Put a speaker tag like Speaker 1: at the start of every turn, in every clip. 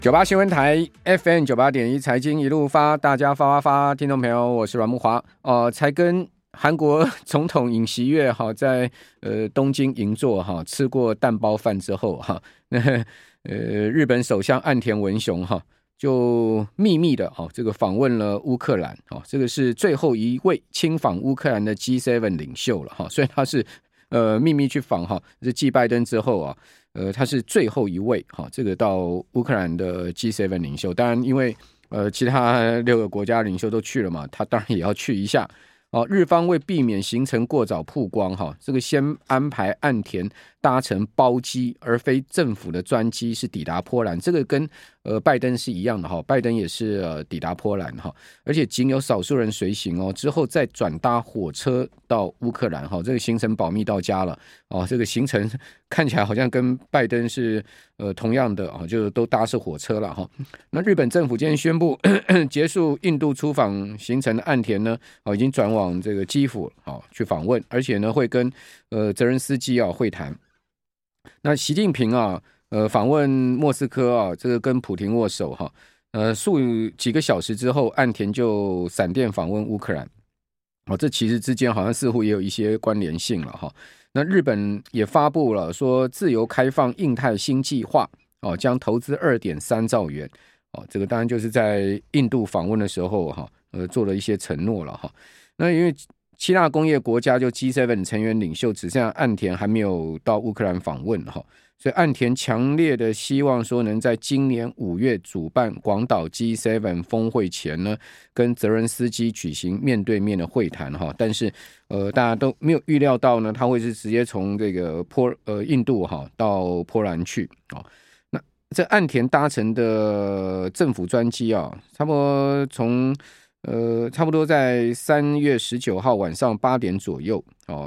Speaker 1: 98新闻台 FM 98.1财经一路发，大家发，听众朋友，我是阮慕华。才跟韩国总统尹锡悦在东京银座吃过蛋包饭之后日本首相岸田文雄就秘密的这个访问了乌克兰这个是最后一位亲访乌克兰的 G7 领袖了所以他是秘密去访是继拜登之后他是最后一位这个到乌克兰的 G7 领袖。当然因为其他6个国家领袖都去了嘛，他当然也要去一下。日方为避免行程过早曝光这个先安排岸田搭乘包机而非政府的专机是抵达波兰，这个跟拜登是一样的拜登也是抵达波兰而且仅有少数人随行之后再转搭火车到乌克兰这个行程保密到家了这个行程看起来好像跟拜登是同样的就都搭是火车了那日本政府今天宣布结束印度出访行程的岸田呢已经转往这个基辅去访问，而且呢会跟泽连斯基会谈。那习近平访问莫斯科这个跟普亭握手数几个小时之后，岸田就闪电访问乌克兰这其实之间好像似乎也有一些关联性了那日本也发布了说自由开放印太新计划将投资 2.3 兆元这个当然就是在印度访问的时候做了一些承诺了那因为7大工业国家就 G7 成员领袖只剩下岸田还没有到乌克兰访问所以岸田强烈的希望说能在今年5月主办广岛 G7 峰会前呢跟泽连斯基举行面对面的会谈但是大家都没有预料到呢他会是直接从这个印度到波兰去那这岸田搭乘的政府专机差不多在3月19号晚上8点左右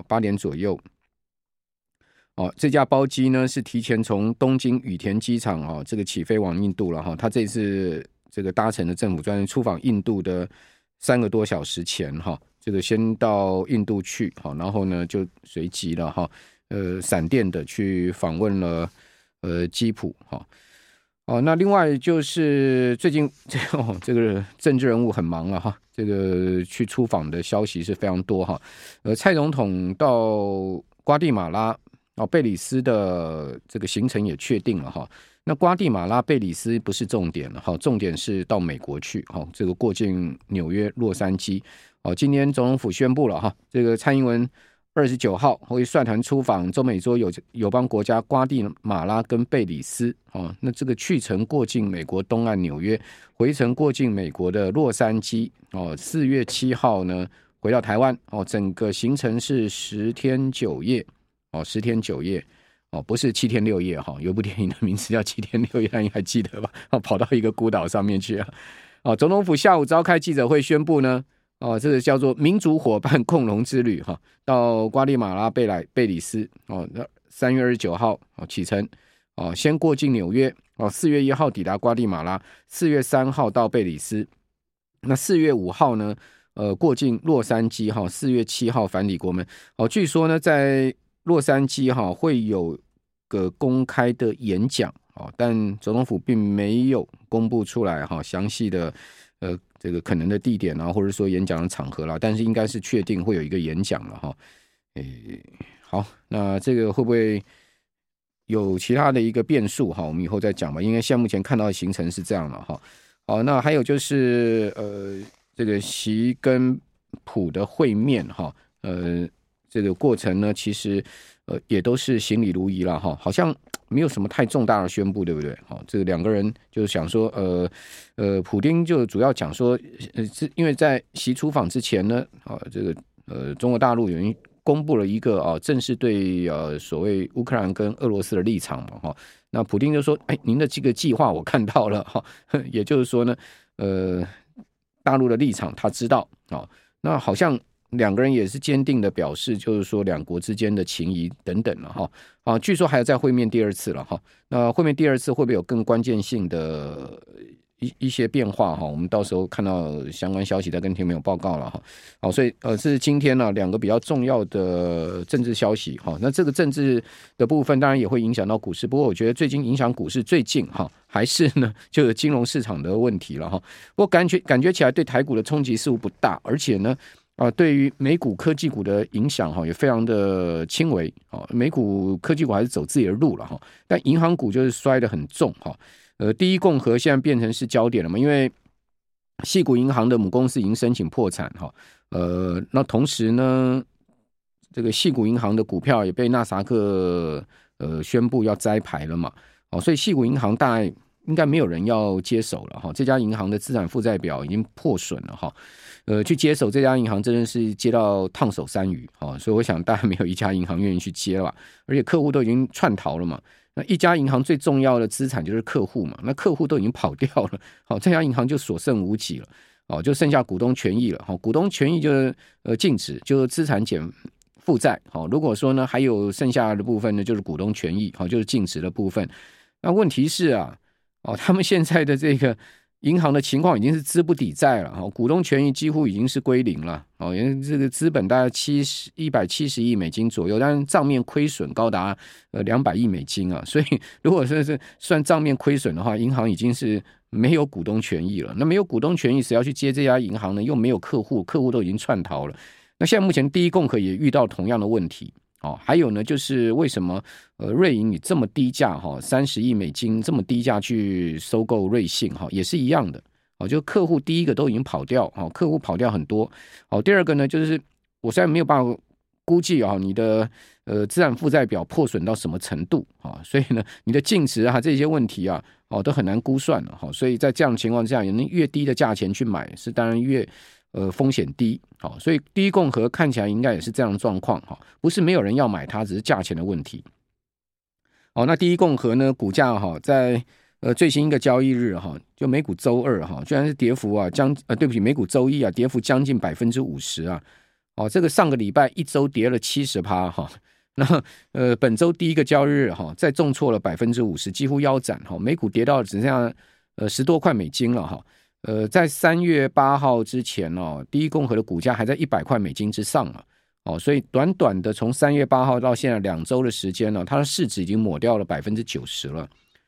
Speaker 1: 这架包机呢是提前从东京羽田机场这个起飞往印度了他这次这个搭乘的政府专机出访印度的3个多小时前这个先到印度去然后呢就随即了闪电的去访问了基辅那另外就是最近这个政治人物很忙了这个去出访的消息是非常多蔡总统到瓜地马拉贝里斯的这个行程也确定了那瓜地马拉贝里斯不是重点了重点是到美国去这个过境纽约洛杉矶今天总统府宣布了这个蔡英文29号会率团出访中美洲友邦国家瓜地马拉跟贝里斯那这个去程过境美国东岸纽约，回程过境美国的洛杉矶4月7号呢回到台湾整个行程是10天9夜10天9夜不是7天6夜有部电影的名字叫7天6夜，大家还记得吧跑到一个孤岛上面去总统府下午召开记者会宣布呢这个叫做民主伙伴共荣之旅到瓜地马拉贝里斯3月29号启程先过境纽约4月1号抵达瓜地马拉，4月3号到贝里斯，那4月5号呢过境洛杉矶4月7号返抵国门据说呢在洛杉矶会有个公开的演讲但总统府并没有公布出来详细的这个可能的地点或者说演讲的场合啦，但是应该是确定会有一个演讲了好，那这个会不会有其他的一个变数我们以后再讲吧，因为现在目前看到的行程是这样了好，那还有就是这个习跟普的会面这个过程呢其实也都是行礼如仪了好像没有什么太重大的宣布，对不对这个两个人就是想说普丁就主要讲说因为在习出访之前呢这个中国大陆有人公布了一个正式对所谓乌克兰跟俄罗斯的立场嘛那普丁就说您的这个计划我看到了也就是说呢大陆的立场他知道那好像两个人也是坚定的表示就是说两国之间的情谊等等了据说还要再会面第2次了那会面第2次会不会有更关键性的一些变化哈，我们到时候看到相关消息再跟听众朋友报告了哈。好，所以这是今天呢两个比较重要的政治消息哈。那这个政治的部分当然也会影响到股市，不过我觉得最近影响股市最近哈还是呢就是金融市场的问题了哈。不过感觉起来对台股的冲击似乎不大，而且呢对于美股科技股的影响哈也非常的轻微啊。美股科技股还是走自己的路了哈，但银行股就是摔得很重哈。第一共和现在变成是焦点了嘛？因为矽谷银行的母公司已经申请破产哈。那同时呢，这个矽谷银行的股票也被纳斯达克宣布要摘牌了嘛。所以矽谷银行大概应该没有人要接手了哈。这家银行的资产负债表已经破损了哈。去接手这家银行真的是接到烫手山芋哈。所以我想大概没有一家银行愿意去接了吧，而且客户都已经窜逃了嘛。那一家银行最重要的资产就是客户嘛，那客户都已经跑掉了，好，这家银行就所剩无几了，就剩下股东权益了，股东权益就是净值，就是资产减负债，如果说呢还有剩下的部分呢，就是股东权益，就是净值的部分。那问题是啊，他们现在的这个银行的情况已经是资不抵债了，股东权益几乎已经是归零了，因为这个资本大概170亿美金左右，但是账面亏损高达200亿美金啊，所以如果说是算账面亏损的话，银行已经是没有股东权益了。那没有股东权益，谁要去接这家银行呢？又没有客户，客户都已经窜逃了。那现在目前第一共和也遇到同样的问题。还有呢，就是为什么瑞银以这么低价30亿美金这么低价去收购瑞信也是一样的，就客户第一个都已经跑掉，客户跑掉很多。第二个呢，就是我现在没有办法估计你的资产负债表破损到什么程度所以呢，你的净值这些问题都很难估算了所以在这样的情况下，越低的价钱去买是当然越风险低，所以第一共和看起来应该也是这样的状况，不是没有人要买它，只是价钱的问题。那第一共和呢，股价在最新一个交易日就美股周二居然是跌幅对不起，美股周一跌幅将近 50% 这个上个礼拜一周跌了 70%那本周第一个交易日再重挫了 50%， 几乎腰斩美股跌到只剩下10多块美金了在3月8号之前第一共和的股价还在100块美金之上所以短短的从3月8号到现在2周的时间它的市值已经抹掉了 90% 了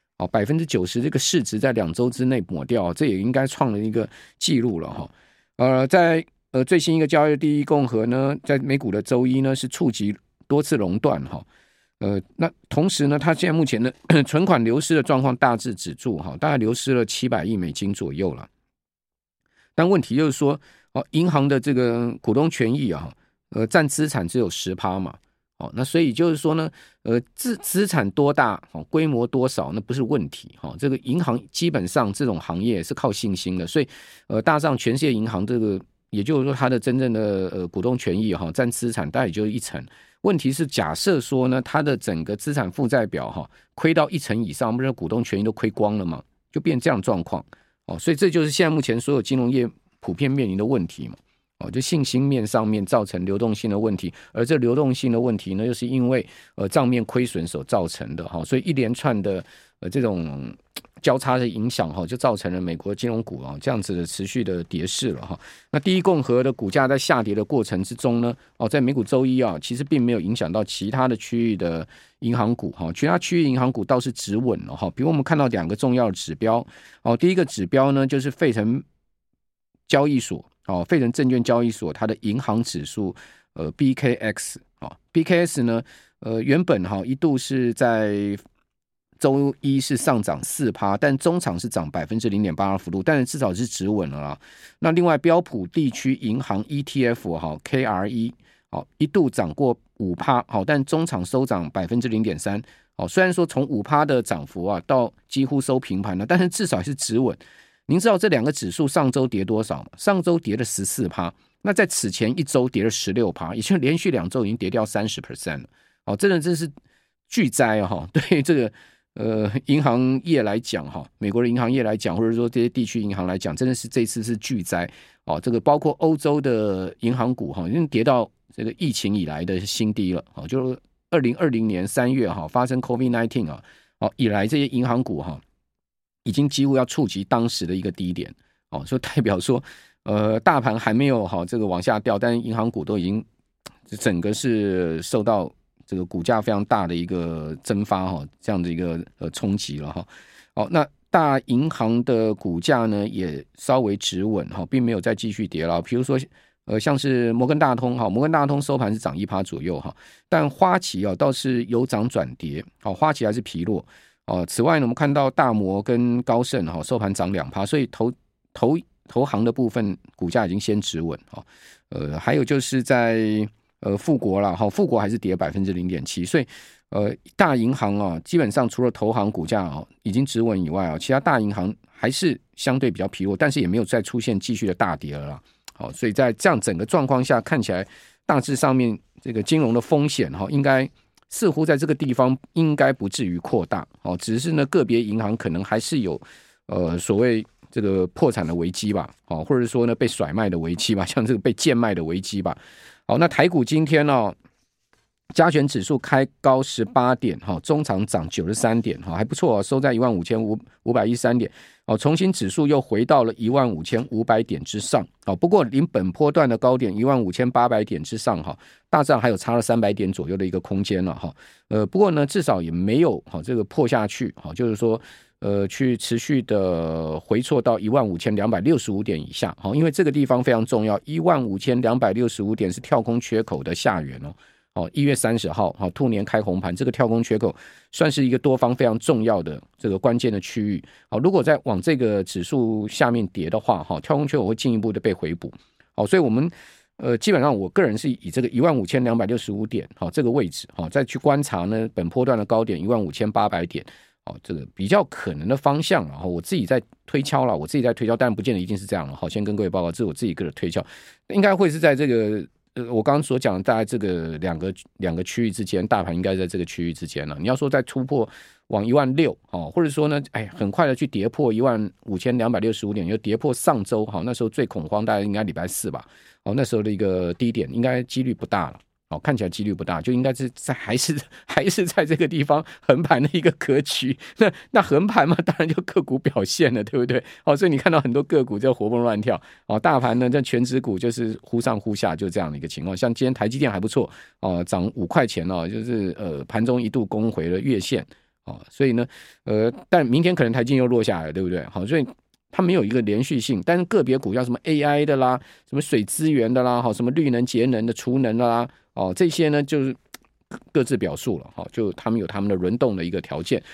Speaker 1: 90%这个市值在2周之内抹掉，这也应该创了一个记录了在最新一个交易第一共和呢，在美股的周一呢是触及多次熔断那同时呢，它现在目前的存款流失的状况大致止住大概流失了700亿美金左右了。但问题就是说银行的这个股东权益占资产只有 10% 嘛那所以就是说呢资产多大规模多少那不是问题这个银行基本上这种行业是靠信心的，所以大上全世界银行这个也就是说它的真正的股东权益占资产大概也就1%。问题是假设说呢它的整个资产负债表亏到1%以上，不是股东权益都亏光了吗？就变这样状况所以这就是现在目前所有金融业普遍面临的问题嘛就信心面上面造成流动性的问题，而这流动性的问题呢，又是因为账面亏损所造成的所以一连串的这种交叉的影响就造成了美国金融股这样子的持续的跌势了那第一共和的股价在下跌的过程之中呢在美股周一其实并没有影响到其他的区域的银行股其他区域银行股倒是止稳了比如我们看到2个重要的指标第一个指标呢就是费城交易所费城证券交易所它的银行指数BKX BKS 呢原本一度是在周一是上涨 4%， 但中场是涨 0.82% 的幅度，但是至少是止稳了啦。那另外标普地区银行 ETF KRE 一度涨过 5%， 但中场收涨 0.3%， 虽然说从 5% 的涨幅到几乎收平盘了，但是至少是止稳。您知道这2个指数上周跌多少吗？上周跌了 14%， 那在此前一周跌了 16%， 也就是连续2周已经跌掉 30% 了真是巨灾对这个银行业来讲美国的银行业来讲，或者说这些地区银行来讲，真的是这次是巨灾这个包括欧洲的银行股已经跌到这个疫情以来的新低了就是2020年3月发生 COVID-19 以来，这些银行股已经几乎要触及当时的一个低点哦，所以代表说大盘还没有这个往下掉，但是银行股都已经整个是受到这个股价非常大的一个蒸发这样的一个冲击了哈。好，那大银行的股价呢也稍微止稳并没有再继续跌了。比如说像是摩根大通摩根大通收盘是涨 1% 左右但花旗倒是由涨转跌，花旗还是疲弱。此外呢，我们看到大摩跟高盛收盘涨 2%， 所以投行的部分股价已经先止稳还有就是在富国啦，富国还是跌 0.7%， 所以大银行基本上除了投行股价已经止稳以外其他大银行还是相对比较疲弱，但是也没有再出现继续的大跌了啦。所以在这样整个状况下，看起来大致上面这个金融的风险应该似乎在这个地方应该不至于扩大只是呢个别银行可能还是有所谓这个破产的危机吧或者说呢被甩卖的危机吧，像这个被贱卖的危机吧。好，那台股今天加权指数开高18点中场涨93点还不错收在15513点重新指数又回到了15500点之上不过临本波段的高点15800点之上大致上还有差了300点左右的一个空间了不过呢至少也没有这个破下去就是说去持续的回挫到15265点以下因为这个地方非常重要，15265点是跳空缺口的下缘1月30号兔年开红盘，这个跳空缺口算是一个多方非常重要的这个关键的区域如果再往这个指数下面跌的话跳空缺口会进一步的被回补所以我们基本上我个人是以这个15265点这个位置再去观察呢本波段的高点15800点这个比较可能的方向我自己在推敲了，但不见得一定是这样了先跟各位报告，这是我自己个人推敲，应该会是在这个我刚刚所讲的大概这个两个区域之间，大盘应该在这个区域之间了。你要说再突破往16000或者说呢很快的去跌破15265点，又跌破上周那时候最恐慌大概应该礼拜4吧那时候的一个低点应该几率不大了看起来几率不大，就应该是还是在这个地方横盘的一个格局。那横盘嘛，当然就个股表现了，对不对所以你看到很多个股就活蹦乱跳大盘呢，这全指股就是忽上忽下，就这样的一个情况。像今天台积电还不错涨5块钱就是盘中一度攻回了月线所以呢但明天可能台积电又落下来，对不对所以它没有一个连续性，但是个别股像什么 AI 的啦，什么水资源的啦，什么绿能节能的储能的啦这些呢就是各自表述了就他们有他们的轮动的一个条件。